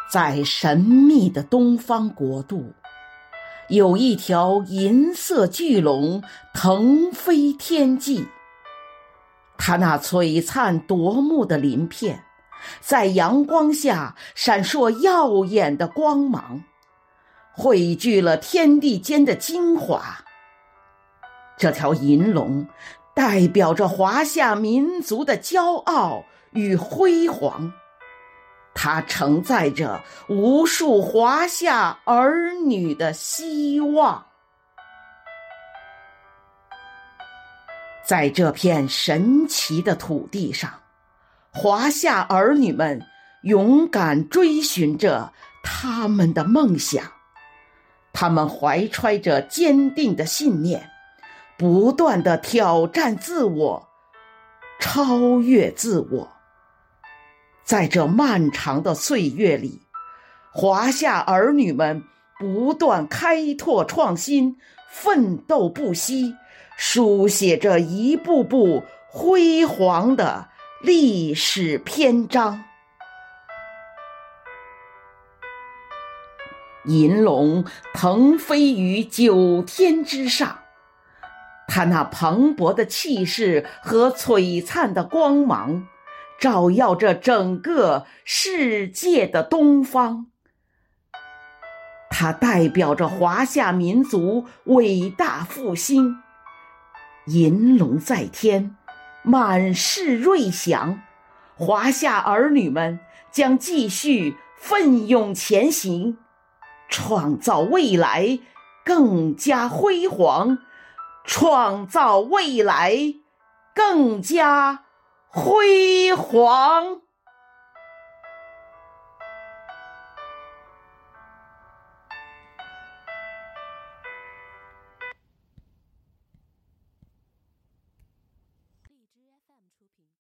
在神秘的东方国度，有一条银色巨龙腾飞天际，它那璀璨夺目的鳞片在阳光下闪烁耀眼的光芒，汇聚了天地间的精华。这条银龙代表着华夏民族的骄傲与辉煌，它承载着无数华夏儿女的希望。在这片神奇的土地上，华夏儿女们勇敢追寻着他们的梦想，他们怀揣着坚定的信念，不断地挑战自我，超越自我。在这漫长的岁月里，华夏儿女们不断开拓创新，奋斗不息，书写着一步步辉煌的历史篇章。银龙腾飞于9天之上，它那磅礴的气势和璀璨的光芒照耀着整个世界的东方，它代表着华夏民族伟大复兴。银龙在天，满是瑞祥，华夏儿女们将继续奋勇前行，创造未来更加辉煌，创造未来更加辉煌。